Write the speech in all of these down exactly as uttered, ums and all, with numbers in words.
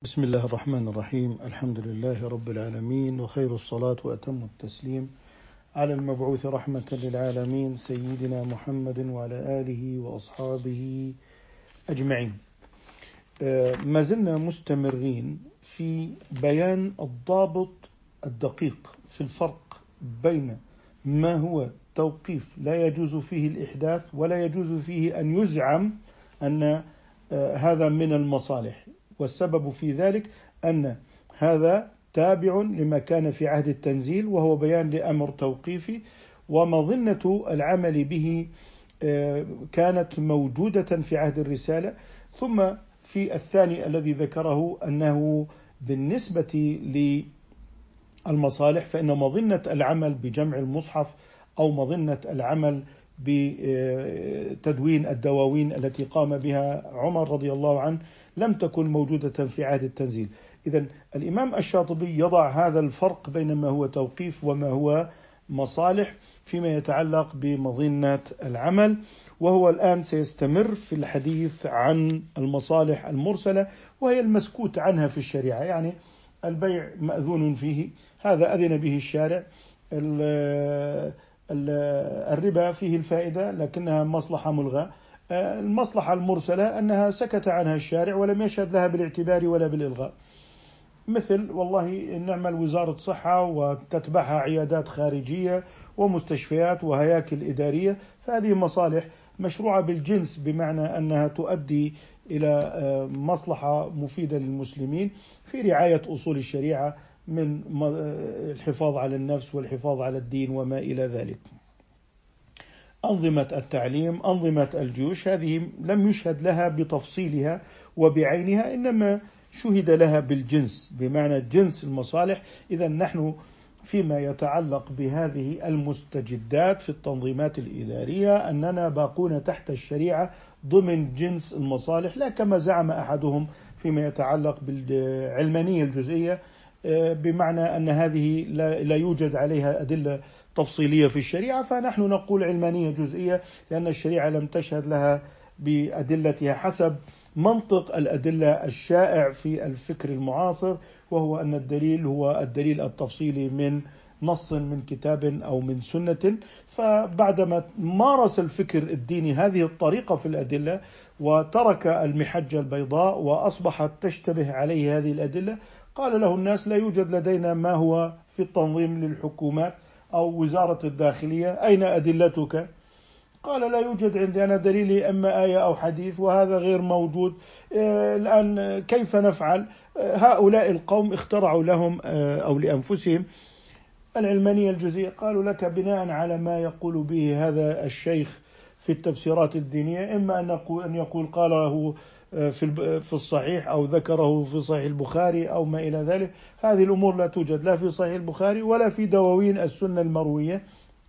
بسم الله الرحمن الرحيم. الحمد لله رب العالمين، وخير الصلاة وأتم التسليم على المبعوث رحمة للعالمين سيدنا محمد وعلى آله وأصحابه أجمعين. ما زلنا مستمرين في بيان الضابط الدقيق في الفرق بين ما هو توقيف لا يجوز فيه الإحداث ولا يجوز فيه أن يزعم أن هذا من المصالح، والسبب في ذلك أن هذا تابع لما كان في عهد التنزيل، وهو بيان لأمر توقيفي، ومظنة العمل به كانت موجودة في عهد الرسالة. ثم في الثاني الذي ذكره أنه بالنسبة للمصالح فإن مظنة العمل بجمع المصحف أو مظنة العمل بتدوين الدواوين التي قام بها عمر رضي الله عنه لم تكن موجودة في عهد التنزيل. إذن الإمام الشاطبي يضع هذا الفرق بين ما هو توقيف وما هو مصالح فيما يتعلق بمظنة العمل، وهو الآن سيستمر في الحديث عن المصالح المرسلة، وهي المسكوت عنها في الشريعة. يعني البيع مأذون فيه، هذا أذن به الشارع. الربا فيه الفائدة لكنها مصلحة ملغاة. المصلحة المرسلة أنها سكت عنها الشارع ولم يشهد لها بالاعتبار ولا بالإلغاء، مثل والله نعمل وزارة صحة وتتبعها عيادات خارجية ومستشفيات وهياكل إدارية، فهذه مصالح مشروعة بالجنس، بمعنى أنها تؤدي إلى مصلحة مفيدة للمسلمين في رعاية أصول الشريعة من الحفاظ على النفس والحفاظ على الدين وما إلى ذلك. أنظمة التعليم، أنظمة الجيوش، هذه لم يشهد لها بتفصيلها وبعينها، إنما شهد لها بالجنس، بمعنى جنس المصالح. إذا نحن فيما يتعلق بهذه المستجدات في التنظيمات الإدارية أننا باقون تحت الشريعة ضمن جنس المصالح، لا كما زعم أحدهم فيما يتعلق بالعلمانية الجزئية، بمعنى أن هذه لا يوجد عليها أدلة تفصيلية في الشريعة، فنحن نقول علمانية جزئية لأن الشريعة لم تشهد لها بأدلتها حسب منطق الأدلة الشائع في الفكر المعاصر، وهو أن الدليل هو الدليل التفصيلي من نص من كتاب أو من سنة. فبعدما مارس الفكر الديني هذه الطريقة في الأدلة وترك المحجة البيضاء وأصبحت تشتبه عليه هذه الأدلة، قال له الناس لا يوجد لدينا ما هو في التنظيم للحكومات أو وزارة الداخلية، أين أدلتك؟ قال لا يوجد عندي، أنا دليلي إما آية أو حديث، وهذا غير موجود. الآن كيف نفعل؟ هؤلاء القوم اخترعوا لهم أو لأنفسهم العلمانية الجزئية. قالوا لك بناء على ما يقول به هذا الشيخ في التفسيرات الدينية، إما أن يقول قاله في الصحيح أو ذكره في صحيح البخاري أو ما إلى ذلك. هذه الأمور لا توجد لا في صحيح البخاري ولا في دواوين السنة المروية،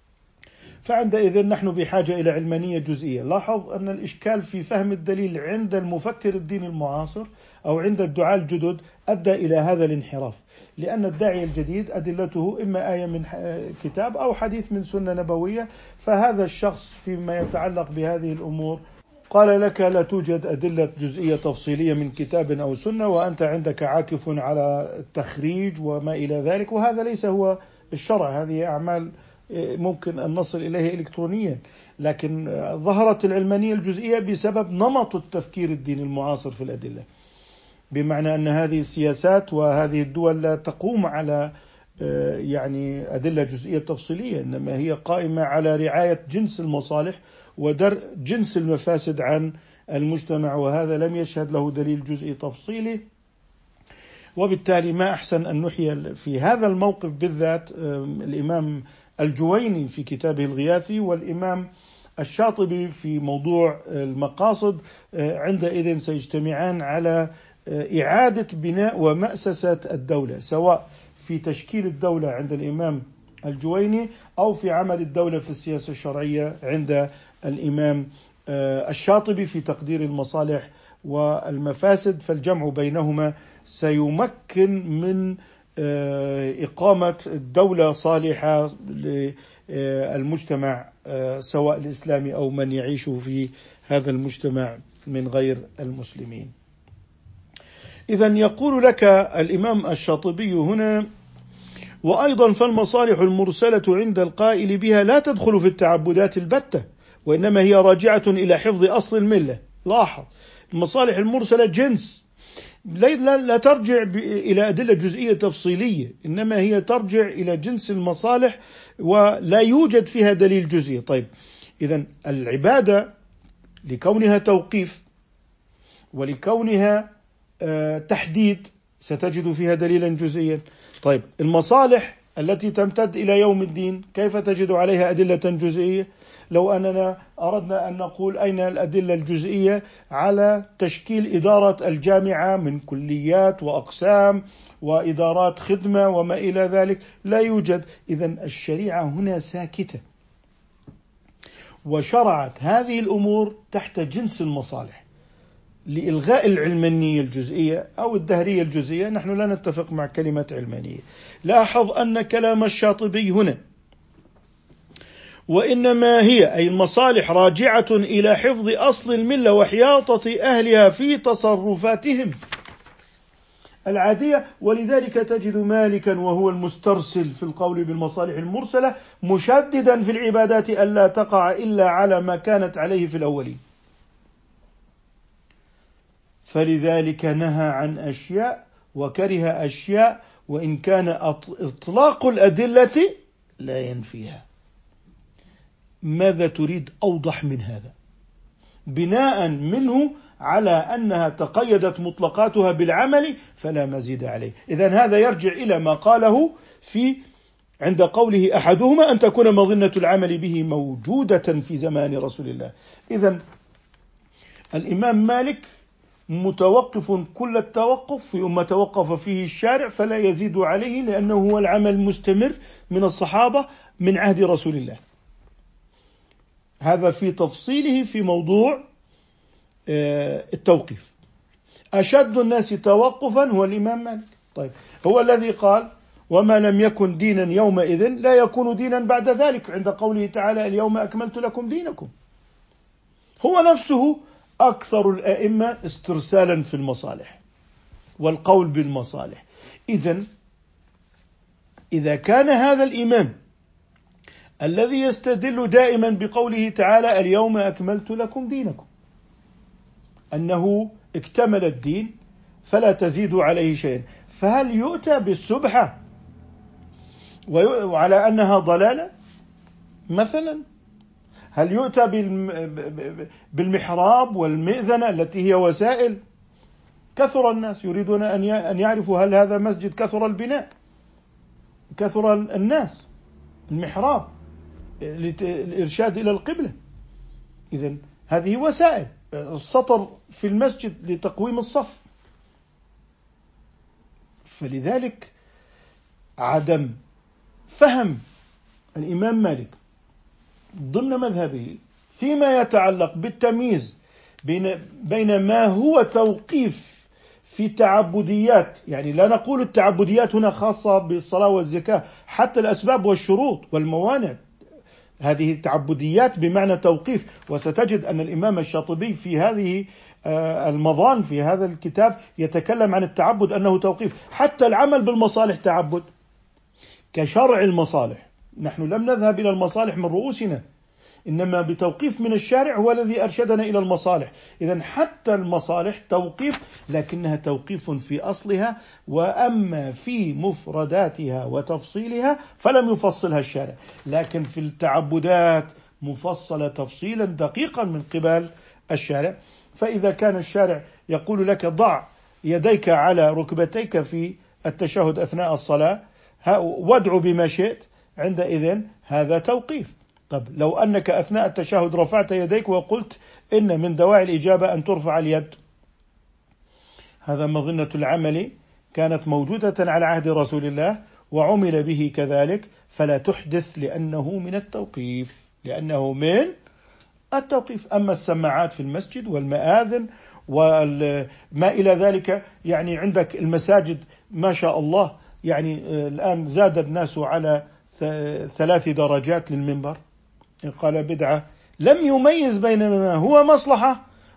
فعندئذ نحن بحاجة إلى علمانية جزئية. لاحظ أن الإشكال في فهم الدليل عند المفكر الديني المعاصر أو عند الدعاة الجدد أدى إلى هذا الانحراف، لأن الداعي الجديد أدلته إما آية من كتاب أو حديث من سنة نبوية، فهذا الشخص فيما يتعلق بهذه الأمور قال لك لا توجد أدلة جزئية تفصيلية من كتاب أو سنة، وأنت عندك عاكف على التخريج وما إلى ذلك، وهذا ليس هو الشرع. هذه أعمال ممكن أن نصل إليه إلكترونيا، لكن ظهرت العلمانية الجزئية بسبب نمط التفكير الديني المعاصر في الأدلة، بمعنى أن هذه السياسات وهذه الدول لا تقوم على يعني أدلة جزئية تفصيلية، إنما هي قائمة على رعاية جنس المصالح ودرء جنس المفاسد عن المجتمع، وهذا لم يشهد له دليل جزئي تفصيلي. وبالتالي ما أحسن أن نحيي في هذا الموقف بالذات الإمام الجويني في كتابه الغياثي والإمام الشاطبي في موضوع المقاصد، عندئذ سيجتمعان على إعادة بناء ومأسسة الدولة، سواء في تشكيل الدولة عند الإمام الجويني أو في عمل الدولة في السياسة الشرعية عند الإمام الشاطبي في تقدير المصالح والمفاسد. فالجمع بينهما سيمكن من إقامة دولة صالحة للمجتمع سواء الإسلامي أو من يعيش في هذا المجتمع من غير المسلمين. إذن يقول لك الإمام الشاطبي هنا: وأيضا فالمصالح المرسلة عند القائل بها لا تدخل في التعبدات البتة، وإنما هي راجعة إلى حفظ أصل الملة. لاحظ، المصالح المرسلة جنس، لا ترجع إلى أدلة جزئية تفصيلية، إنما هي ترجع إلى جنس المصالح ولا يوجد فيها دليل جزئي. طيب، إذن العبادة لكونها توقيف ولكونها تحديد ستجد فيها دليلا جزئيا. طيب، المصالح التي تمتد إلى يوم الدين كيف تجد عليها أدلة جزئية؟ لو أننا أردنا أن نقول أين الأدلة الجزئية على تشكيل إدارة الجامعة من كليات وأقسام وإدارات خدمة وما إلى ذلك، لا يوجد. إذن الشريعة هنا ساكتة، وشرعت هذه الأمور تحت جنس المصالح لإلغاء العلمانية الجزئية أو الدهرية الجزئية. نحن لا نتفق مع كلمة علمانية. لاحظ أن كلام الشاطبي هنا: وإنما هي أي المصالح راجعة إلى حفظ أصل الملة وحياطة أهلها في تصرفاتهم العادية. ولذلك تجد مالكا وهو المسترسل في القول بالمصالح المرسلة مشددا في العبادات ألا تقع إلا على ما كانت عليه في الأولين، فلذلك نهى عن أشياء وكره أشياء، وإن كان إطلاق الأدلة لا ينفيها. ماذا تريد أوضح من هذا؟ بناء منه على أنها تقيدت مطلقاتها بالعمل فلا مزيد عليه. إذن هذا يرجع إلى ما قاله في عند قوله: أحدهما أن تكون مظنة العمل به موجودة في زمان رسول الله. إذن الإمام مالك متوقف كل التوقف فيما توقف فيه الشارع، فلا يزيد عليه، لأنه هو العمل مستمر من الصحابة من عهد رسول الله. هذا في تفصيله في موضوع التوقيف. أشد الناس توقفا هو الإمام مالك. طيب، هو الذي قال: وما لم يكن دينا يومئذ لا يكون دينا بعد ذلك، عند قوله تعالى: اليوم أكملت لكم دينكم. هو نفسه أكثر الأئمة استرسالا في المصالح والقول بالمصالح. إذن إذا كان هذا الإمام الذي يستدل دائما بقوله تعالى: اليوم أكملت لكم دينكم، أنه اكتمل الدين فلا تزيد عليه شيئا، فهل يؤتى بالسبحة وعلى أنها ضلالة مثلا؟ هل يؤتى بالمحراب والمئذنة التي هي وسائل؟ كثر الناس يريدون أن يعرفوا هل هذا مسجد، كثر البناء، كثر الناس، المحراب الإرشاد إلى القبلة. إذن هذه وسائل، السطر في المسجد لتقويم الصف. فلذلك عدم فهم الإمام مالك ضمن مذهبه فيما يتعلق بالتمييز بين بين ما هو توقيف في تعبديات، يعني لا نقول التعبديات هنا خاصة بالصلاة والزكاة، حتى الأسباب والشروط والموانع هذه تعبديات بمعنى توقيف. وستجد أن الإمام الشاطبي في هذه المضان في هذا الكتاب يتكلم عن التعبد أنه توقيف. حتى العمل بالمصالح تعبد كشرع المصالح. نحن لم نذهب إلى المصالح من رؤوسنا، إنما بتوقيف من الشارع هو الذي أرشدنا إلى المصالح. إذن حتى المصالح توقيف، لكنها توقيف في أصلها، وأما في مفرداتها وتفصيلها فلم يفصلها الشارع. لكن في التعبدات مفصلة تفصيلا دقيقا من قبل الشارع. فإذا كان الشارع يقول لك: ضع يديك على ركبتيك في التشهد أثناء الصلاة وادعو بما شئت، عندئذ هذا توقيف. طب لو أنك أثناء التشهد رفعت يديك وقلت: إن من دواعي الإجابة أن ترفع اليد، هذا مظنة العمل كانت موجودة على عهد رسول الله وعمل به كذلك، فلا تحدث لأنه من التوقيف، لأنه من التوقيف. أما السماعات في المسجد والمآذن وما إلى ذلك، يعني عندك المساجد ما شاء الله، يعني الآن زاد الناس على ثلاث درجات للمنبر. قال بدعة، لم يميز بين ما هو مصلحة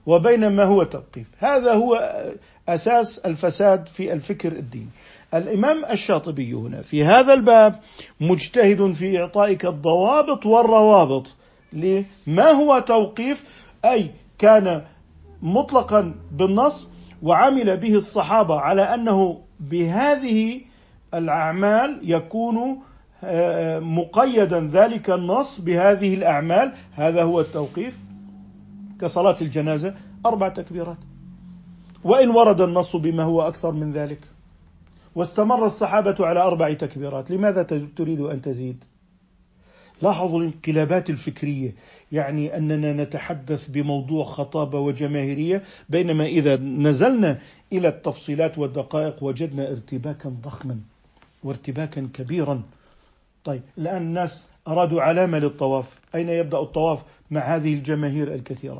وبين ما هو توقيف. هذا هو أساس الفساد في الفكر الديني. الإمام الشاطبي هنا في هذا الباب مجتهد في إعطائك الضوابط والروابط لما هو توقيف، أي كان مطلقا بالنص وعمل به الصحابة على أنه بهذه الأعمال يكون مقيدا ذلك النص بهذه الأعمال، هذا هو التوقيف. كصلاة الجنازة أربع تكبيرات، وإن ورد النص بما هو أكثر من ذلك واستمر الصحابة على أربع تكبيرات، لماذا تريد أن تزيد؟ لاحظوا الانقلابات الفكرية، يعني أننا نتحدث بموضوع خطابة وجماهيرية، بينما إذا نزلنا إلى التفصيلات والدقائق وجدنا ارتباكا ضخما وارتباكا كبيرا. طيب الآن الناس أرادوا علامة للطواف، أين يبدأ الطواف مع هذه الجماهير الكثيرة؟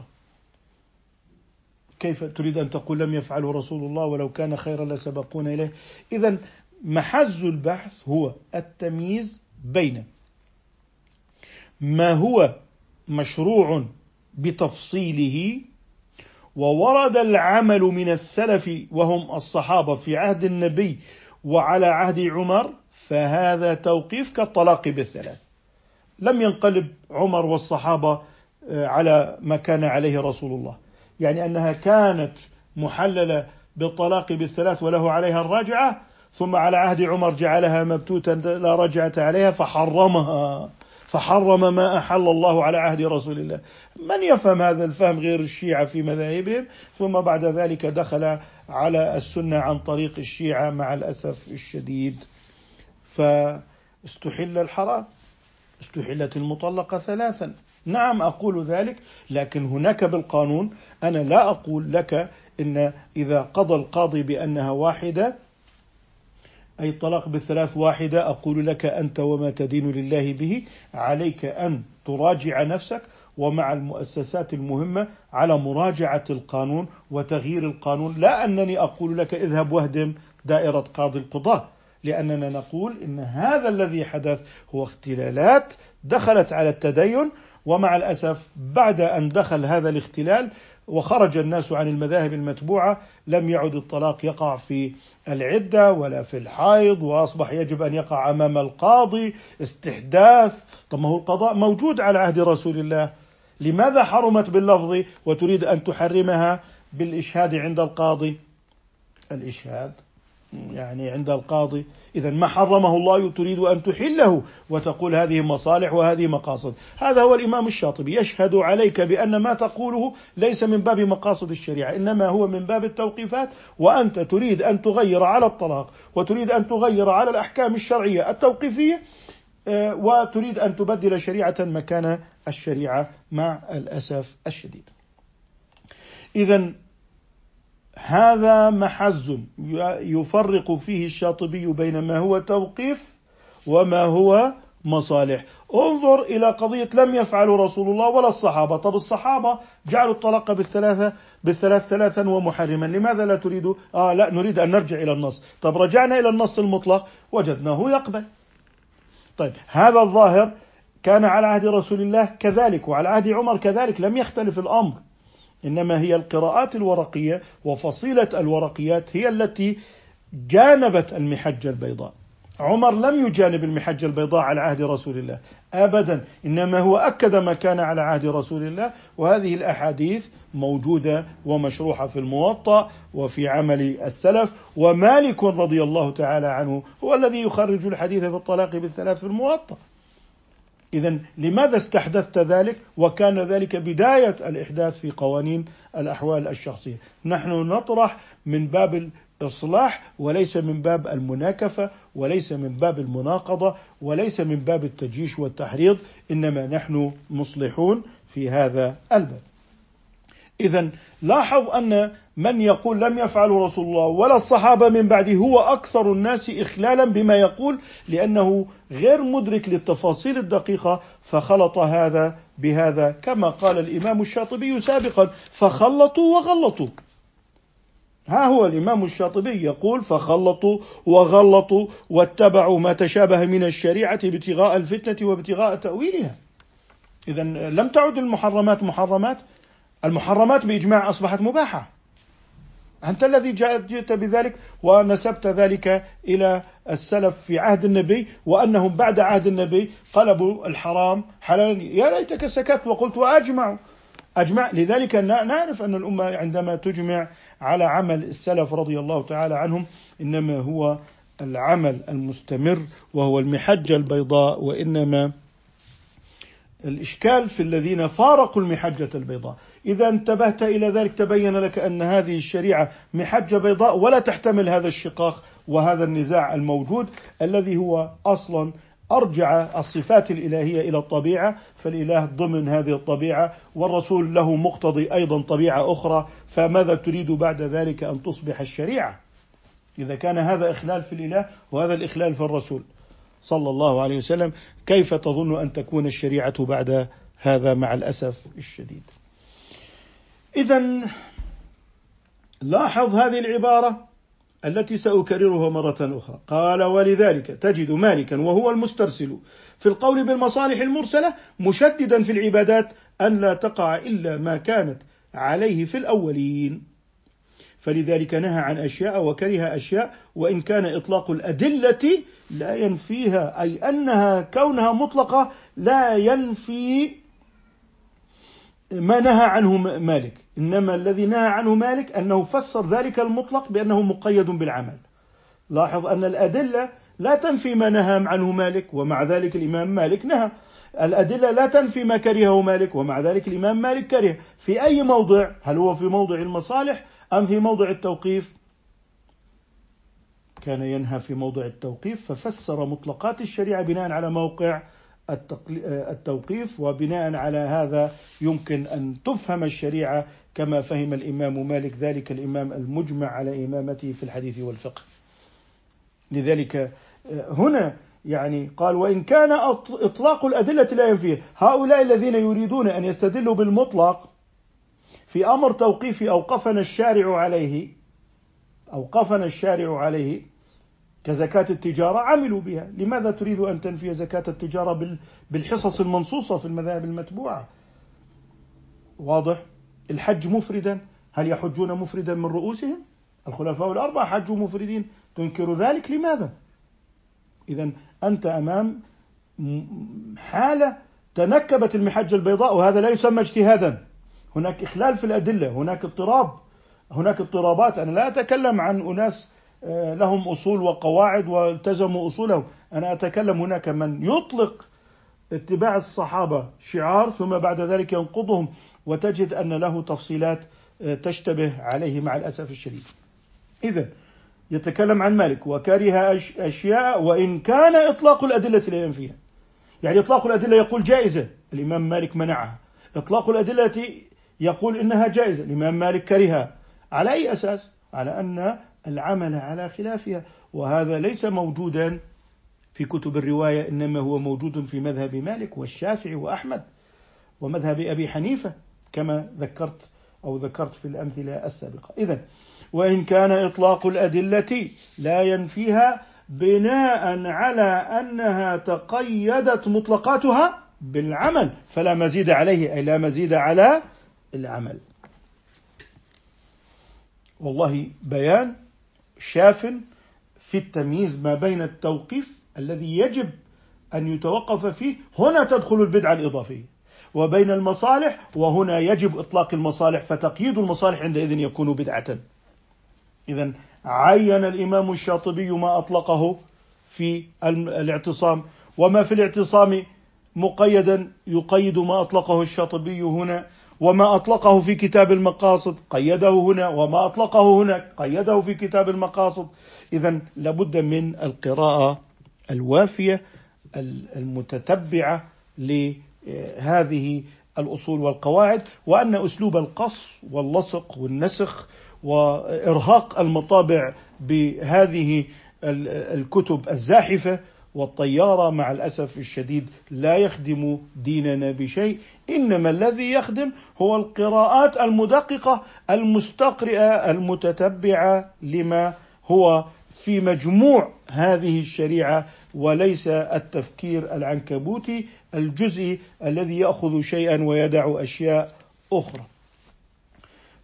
كيف تريد أن تقول لم يفعله رسول الله ولو كان خيرا لسبقونا إليه؟ إذن محز البحث هو التمييز بين ما هو مشروع بتفصيله وورد العمل من السلف وهم الصحابة في عهد النبي وعلى عهد عمر، فهذا توقيف كالطلاق بالثلاث. لم ينقلب عمر والصحابة على ما كان عليه رسول الله، يعني أنها كانت محللة بالطلاق بالثلاث وله عليها الرجعة، ثم على عهد عمر جعلها مبتوتا لا رجعة عليها فحرمها، فحرم ما أحل الله على عهد رسول الله. من يفهم هذا الفهم غير الشيعة في مذاهبهم؟ ثم بعد ذلك دخل على السنة عن طريق الشيعة مع الأسف الشديد، فاستحل الحرام، استحلت المطلقة ثلاثا. نعم أقول ذلك، لكن هناك بالقانون أنا لا أقول لك إن إذا قضى القاضي بأنها واحدة أي طلاق بالثلاث واحدة، أقول لك أنت وما تدين لله به عليك أن تراجع نفسك ومع المؤسسات المهمة على مراجعة القانون وتغيير القانون، لا أنني أقول لك اذهب واهدم دائرة قاضي القضاء، لأننا نقول إن هذا الذي حدث هو اختلالات دخلت على التدين، ومع الأسف بعد أن دخل هذا الاختلال وخرج الناس عن المذاهب المتبوعة لم يعد الطلاق يقع في العدة ولا في الحيض، وأصبح يجب أن يقع أمام القاضي استحداث. طب ما هو القضاء موجود على عهد رسول الله، لماذا حرمت باللفظ وتريد أن تحرمها بالإشهاد عند القاضي؟ الإشهاد يعني عند القاضي، إذا ما حرمه الله تريد أن تحله وتقول هذه مصالح وهذه مقاصد. هذا هو الإمام الشاطبي يشهد عليك بأن ما تقوله ليس من باب مقاصد الشريعة، إنما هو من باب التوقيفات، وأنت تريد أن تغير على الطلاق وتريد أن تغير على الأحكام الشرعية التوقيفية، وتريد أن تبدل شريعة مكان الشريعة مع الأسف الشديد. إذن هذا محز يفرق فيه الشاطبي بين ما هو توقيف وما هو مصالح. انظر إلى قضية لم يفعل رسول الله ولا الصحابة. طب الصحابة جعلوا الطلاق بالثلاثة بالثلاث ثلاثا ومحرما، لماذا لا تريد؟ آه لا نريد أن نرجع إلى النص. طب رجعنا إلى النص المطلق وجدناه يقبل. طيب هذا الظاهر كان على عهد رسول الله كذلك وعلى عهد عمر كذلك، لم يختلف الأمر، إنما هي القراءات الورقية وفصيلة الورقيات هي التي جانبت المحجة البيضاء. عمر لم يجانب المحجة البيضاء على عهد رسول الله أبدا، إنما هو أكد ما كان على عهد رسول الله، وهذه الأحاديث موجودة ومشروحة في الموطأ وفي عمل السلف، ومالك رضي الله تعالى عنه هو الذي يخرج الحديث في الطلاق بالثلاث في الموطأ. إذن لماذا استحدثت ذلك وكان ذلك بداية الإحداث في قوانين الأحوال الشخصية؟ نحن نطرح من باب الإصلاح وليس من باب المناكفة وليس من باب المناقضة وليس من باب التجيش والتحريض، إنما نحن مصلحون في هذا الباب. إذن لاحظ أن من يقول لم يفعل رسول الله ولا الصحابة من بعده هو أكثر الناس إخلالا بما يقول، لأنه غير مدرك للتفاصيل الدقيقة فخلط هذا بهذا، كما قال الإمام الشاطبي سابقا فخلطوا وغلطوا. ها هو الإمام الشاطبي يقول فخلطوا وغلطوا واتبعوا ما تشابه من الشريعة ابتغاء الفتنة وابتغاء تأويلها. إذن لم تعد المحرمات محرمات، المحرمات بإجماع أصبحت مباحة. أنت الذي جئت بذلك ونسبت ذلك إلى السلف في عهد النبي، وأنهم بعد عهد النبي قلبوا الحرام حلالا. يا ليتك سكت وقلت وأجمع أجمع. لذلك نعرف أن الأمة عندما تجمع على عمل السلف رضي الله تعالى عنهم إنما هو العمل المستمر وهو المحجة البيضاء، وإنما الإشكال في الذين فارقوا المحجة البيضاء. إذا انتبهت إلى ذلك تبين لك أن هذه الشريعة محجة بيضاء ولا تحتمل هذا الشقاق وهذا النزاع الموجود الذي هو أصلا أرجع الصفات الإلهية إلى الطبيعة، فالإله ضمن هذه الطبيعة والرسول له مقتضي أيضا طبيعة أخرى، فماذا تريد بعد ذلك أن تصبح الشريعة إذا كان هذا إخلال في الإله وهذا الإخلال في الرسول صلى الله عليه وسلم؟ كيف تظن أن تكون الشريعة بعد هذا مع الأسف الشديد؟ إذن لاحظ هذه العبارة التي سأكررها مرة أخرى. قال: ولذلك تجد مالكا وهو المسترسل في القول بالمصالح المرسلة مشددا في العبادات أن لا تقع إلا ما كانت عليه في الأولين، فلذلك نهى عن أشياء وكره أشياء، وإن كان إطلاق الأدلة لا ينفيها، أي أنها كونها مطلقة لا ينفي ما نهى عنه مالك، إنما الذي نهى عنه مالك أنه فسر ذلك المطلق بأنه مقيد بالعمل. لاحظ أن الأدلة لا تنفي ما نهى عنه مالك، ومع ذلك الإمام مالك نهى. الأدلة لا تنفي ما كرهه مالك، ومع ذلك الإمام مالك كره. في أي موضع؟ هل هو في موضع المصالح أم في موضع التوقيف؟ كان ينهى في موضع التوقيف، ففسر مطلقات الشريعة بناء على موقع التوقيف، وبناء على هذا يمكن أن تفهم الشريعة كما فهم الإمام مالك، ذلك الإمام المجمع على إمامته في الحديث والفقه. لذلك هنا يعني قال: وإن كان إطلاق الأدلة لا ينفيه. هؤلاء الذين يريدون أن يستدلوا بالمطلق في أمر توقيفي أوقفنا الشارع عليه أوقفنا الشارع عليه كزكاة التجارة عملوا بها. لماذا تريد أن تنفي زكاة التجارة بالحصص المنصوصة في المذاهب المتبوعة؟ واضح؟ الحج مفردا، هل يحجون مفردا من رؤوسهم؟ الخلفاء الأربعة حجوا مفردين، تنكر ذلك لماذا؟ إذن أنت أمام حالة تنكبت المحجة البيضاء، وهذا لا يسمى اجتهادا. هناك إخلال في الأدلة، هناك اضطراب، هناك اضطرابات. أنا لا أتكلم عن أناس لهم أصول وقواعد والتزموا أصولهم، أنا أتكلم هناك من يطلق اتباع الصحابة شعار ثم بعد ذلك ينقضهم، وتجد أن له تفصيلات تشتبه عليه مع الأسف الشديد. إذن يتكلم عن مالك وكره أشياء وإن كان إطلاق الأدلة لا ينفيها. يعني إطلاق الأدلة يقول جائزة، الإمام مالك منعها. إطلاق الأدلة يقول إنها جائزة، الإمام مالك كرهها. على أي أساس؟ على أن العمل على خلافها، وهذا ليس موجودا في كتب الرواية، إنما هو موجود في مذهب مالك والشافعي وأحمد ومذهب أبي حنيفة كما ذكرت أو ذكرت في الأمثلة السابقة. إذن وإن كان إطلاق الأدلة لا ينفيها بناء على أنها تقيدت مطلقاتها بالعمل فلا مزيد عليه، أي لا مزيد على العمل. والله بيان شاف في التمييز ما بين التوقيف الذي يجب أن يتوقف فيه، هنا تدخل البدعة الإضافية، وبين المصالح، وهنا يجب إطلاق المصالح، فتقييد المصالح عندئذ يكون بدعة. إذن عين الإمام الشاطبي ما أطلقه في الاعتصام، وما في الاعتصام مقيدا يقيد ما أطلقه الشاطبي هنا، وما أطلقه في كتاب المقاصد قيده هنا، وما أطلقه هنا قيده في كتاب المقاصد. إذن لابد من القراءة الوافية المتتبعة لهذه الأصول والقواعد، وأن أسلوب القص واللصق والنسخ وإرهاق المطابع بهذه الكتب الزاحفة والطيارة مع الأسف الشديد لا يخدم ديننا بشيء، إنما الذي يخدم هو القراءات المدققة المستقرئة المتتبعة لما هو في مجموع هذه الشريعة، وليس التفكير العنكبوتي الجزئي الذي يأخذ شيئا ويدع أشياء أخرى.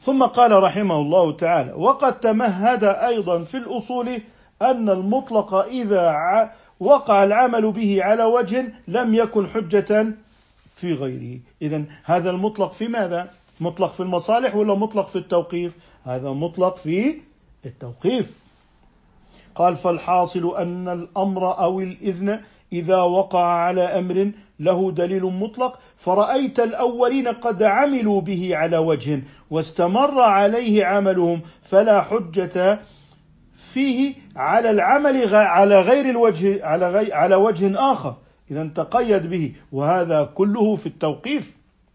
ثم قال رحمه الله تعالى: وقد تمهد أيضا في الأصول أن المطلق إذا وقع العمل به على وجه لم يكن حجة في غيره. إذن هذا المطلق في ماذا؟ مطلق في المصالح ولا مطلق في التوقيف؟ هذا مطلق في التوقيف. قال: فالحاصل أن الأمر أو الإذن إذا وقع على أمر له دليل مطلق فرأيت الأولين قد عملوا به على وجه واستمر عليه عملهم فلا حجة فيه على العمل على غير الوجه على غير على وجه آخر إذا تقيد به، وهذا كله في التوقيف.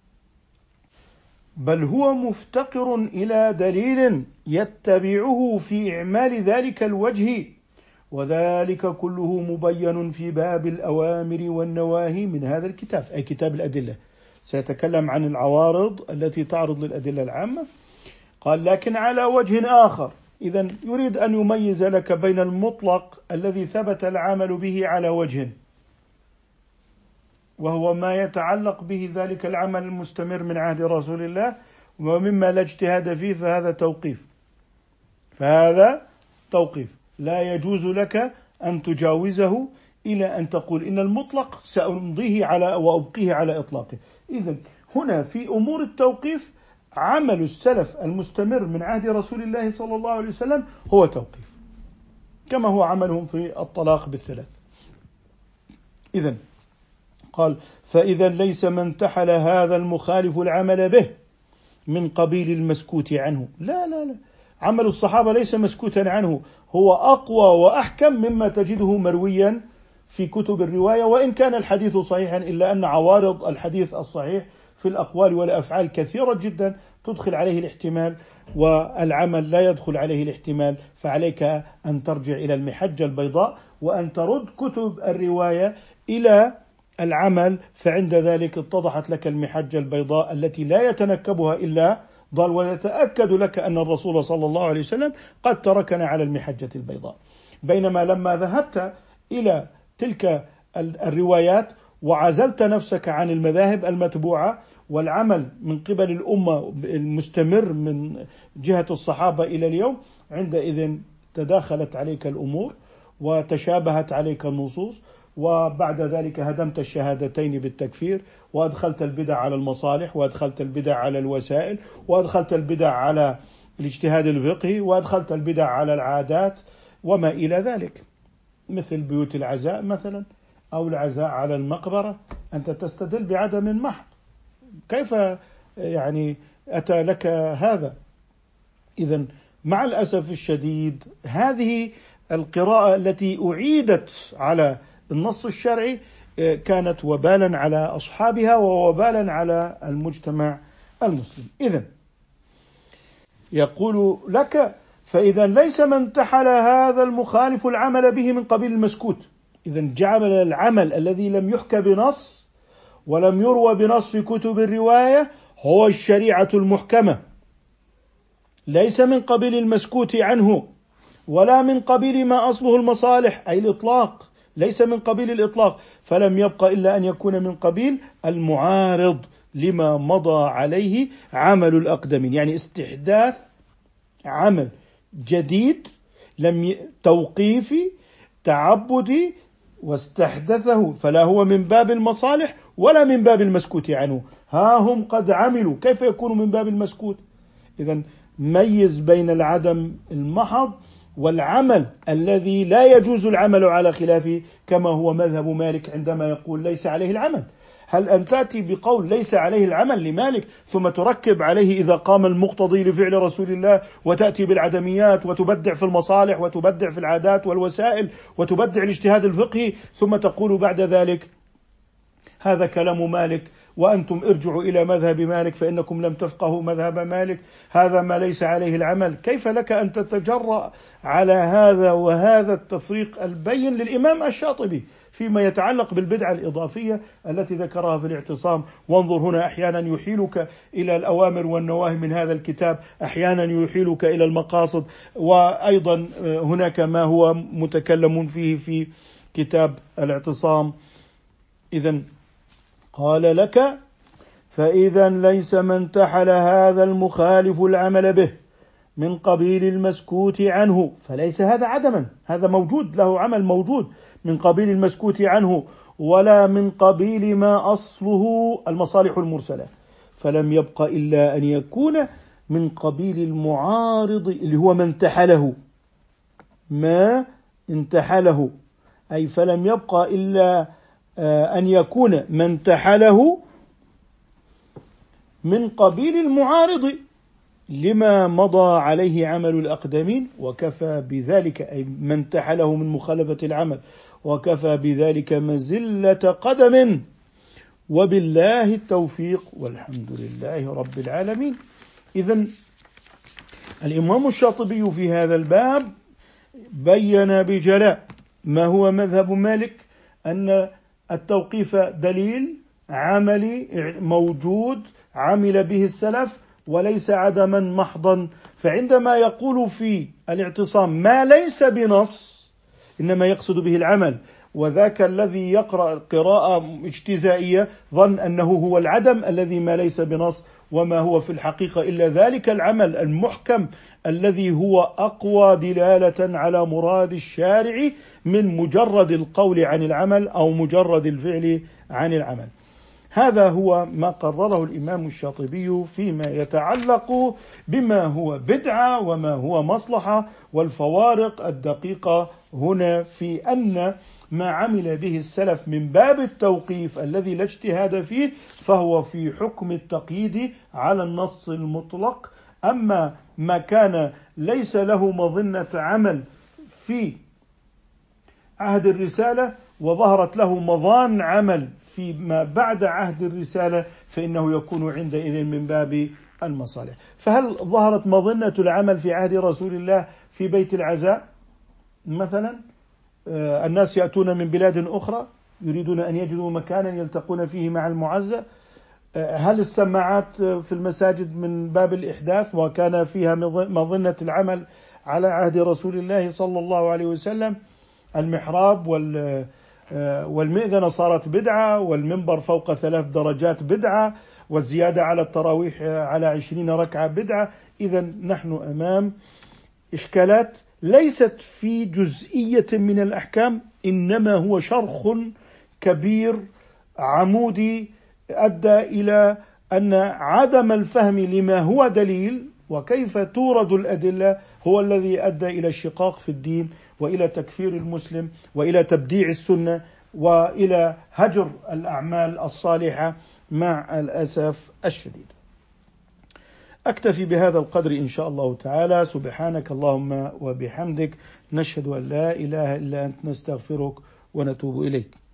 بل هو مفتقر إلى دليل يتبعه في إعمال ذلك الوجه، وذلك كله مبين في باب الأوامر والنواهي من هذا الكتاب، أي كتاب الأدلة. سيتكلم عن العوارض التي تعرض للأدلة العامة. قال: لكن على وجه آخر. إذن يريد أن يميز لك بين المطلق الذي ثبت العمل به على وجه، وهو ما يتعلق به ذلك العمل المستمر من عهد رسول الله، ومما لا اجتهاد فيه فهذا توقيف فهذا توقيف لا يجوز لك أن تجاوزه إلى أن تقول إن المطلق سأمضيه على وأبقيه على إطلاقه. إذن هنا في أمور التوقيف عمل السلف المستمر من عهد رسول الله صلى الله عليه وسلم هو توقيف، كما هو عملهم في الطلاق بالثلاث. إذن قال: فإذا ليس من انتحل هذا المخالف العمل به من قبيل المسكوت عنه. لا لا لا عمل الصحابة ليس مسكوتا عنه، هو أقوى وأحكم مما تجده مرويا في كتب الرواية، وإن كان الحديث صحيحا إلا أن عوارض الحديث الصحيح في الأقوال والأفعال كثيرة جدا تدخل عليه الاحتمال، والعمل لا يدخل عليه الاحتمال. فعليك أن ترجع إلى المحجة البيضاء وأن ترد كتب الرواية إلى العمل، فعند ذلك اتضحت لك المحجة البيضاء التي لا يتنكبها إلا ضال، ويتأكد لك أن الرسول صلى الله عليه وسلم قد تركنا على المحجة البيضاء. بينما لما ذهبت إلى تلك الروايات وعزلت نفسك عن المذاهب المتبوعة والعمل من قبل الأمة المستمر من جهة الصحابة إلى اليوم، عندئذ تداخلت عليك الأمور وتشابهت عليك النصوص، وبعد ذلك هدمت الشهادتين بالتكفير، وأدخلت البدع على المصالح، وأدخلت البدع على الوسائل، وأدخلت البدع على الاجتهاد الفقهي، وأدخلت البدع على العادات وما إلى ذلك، مثل بيوت العزاء مثلا، أو العزاء على المقبرة. أنت تستدل بعدم محض، كيف يعني أتى لك هذا؟ إذن مع الأسف الشديد هذه القراءة التي أعيدت على النص الشرعي كانت وبالا على أصحابها ووبالا على المجتمع المسلم. إذن يقول لك: فإذا ليس من انتحل هذا المخالف العمل به من قبيل المسكوت. إذن جعل العمل الذي لم يحكى بنص ولم يروى بنص في كتب الرواية هو الشريعة المحكمة، ليس من قبيل المسكوت عنه ولا من قبيل ما أصله المصالح، أي الإطلاق، ليس من قبيل الإطلاق، فلم يبقى إلا أن يكون من قبيل المعارض لما مضى عليه عمل الأقدمين، يعني استحداث عمل جديد لم توقيفي تعبدي واستحدثه، فلا هو من باب المصالح ولا من باب المسكوت عنه. ها هم قد عملوا، كيف يكون من باب المسكوت؟ إذن ميز بين العدم المحض والعمل الذي لا يجوز العمل على خلافه، كما هو مذهب مالك عندما يقول ليس عليه العمل. هل أن تأتي بقول ليس عليه العمل لمالك ثم تركب عليه إذا قام المقتضي لفعل رسول الله، وتأتي بالعدميات وتبدع في المصالح وتبدع في العادات والوسائل وتبدع الاجتهاد الفقهي، ثم تقول بعد ذلك هذا كلام مالك وأنتم ارجعوا إلى مذهب مالك فإنكم لم تفقهوا مذهب مالك، هذا ما ليس عليه العمل؟ كيف لك أن تتجرأ على هذا وهذا التفريق البين للإمام الشاطبي فيما يتعلق بالبدعة الإضافية التي ذكرها في الاعتصام؟ وانظر هنا، أحيانا يحيلك إلى الأوامر والنواهي من هذا الكتاب، أحيانا يحيلك إلى المقاصد، وأيضا هناك ما هو متكلم فيه في كتاب الاعتصام. إذن قال لك: فإذا ليس من انتحل هذا المخالف العمل به من قبيل المسكوت عنه، فليس هذا عدما، هذا موجود، له عمل موجود من قبيل المسكوت عنه، ولا من قبيل ما أصله المصالح المرسلة، فلم يبق إلا أن يكون من قبيل المعارض اللي هو ما انتحله، ما انتحله، أي فلم يبق إلا أن يكون ما انتحله من قبيل المعارض لما مضى عليه عمل الأقدمين، وكفى بذلك، أي ما انتحله من مخالفة العمل، وكفى بذلك مزلة قدم، وبالله التوفيق، والحمد لله رب العالمين. إذن الإمام الشاطبي في هذا الباب بين بجلاء ما هو مذهب مالك، أن التوقيف دليل عملي موجود عمل به السلف وليس عدما محضا. فعندما يقول في الاعتصام ما ليس بنص إنما يقصد به العمل، وذاك الذي يقرأ قراءة اجتزائية ظن أنه هو العدم الذي ما ليس بنص، وما هو في الحقيقة إلا ذلك العمل المحكم الذي هو أقوى دلالة على مراد الشارع من مجرد القول عن العمل أو مجرد الفعل عن العمل. هذا هو ما قرره الإمام الشاطبي فيما يتعلق بما هو بدعة وما هو مصلحة، والفوارق الدقيقة هنا في أن ما عمل به السلف من باب التوقيف الذي لا اجتهاد فيه فهو في حكم التقييد على النص المطلق، أما ما كان ليس له مظنة عمل في عهد الرسالة وظهرت له مظان عمل فيما بعد عهد الرسالة فإنه يكون عندئذ من باب المصالح. فهل ظهرت مظنة العمل في عهد رسول الله في بيت العزاء مثلا؟ الناس يأتون من بلاد أخرى يريدون أن يجدوا مكانا يلتقون فيه مع المعزى. هل السماعات في المساجد من باب الإحداث وكان فيها مظنة العمل على عهد رسول الله صلى الله عليه وسلم؟ المحراب والمئذنة صارت بدعة، والمنبر فوق ثلاث درجات بدعة، والزيادة على التراويح على عشرين ركعة بدعة. إذا نحن أمام إشكالات ليست في جزئية من الأحكام، إنما هو شرخ كبير عمودي أدى إلى أن عدم الفهم لما هو دليل وكيف تورد الأدلة هو الذي أدى إلى الشقاق في الدين، وإلى تكفير المسلم، وإلى تبديع السنة، وإلى هجر الأعمال الصالحة مع الأسف الشديد. أكتفي بهذا القدر إن شاء الله تعالى. سبحانك اللهم وبحمدك، نشهد أن لا إله إلا أنت، نستغفرك ونتوب إليك.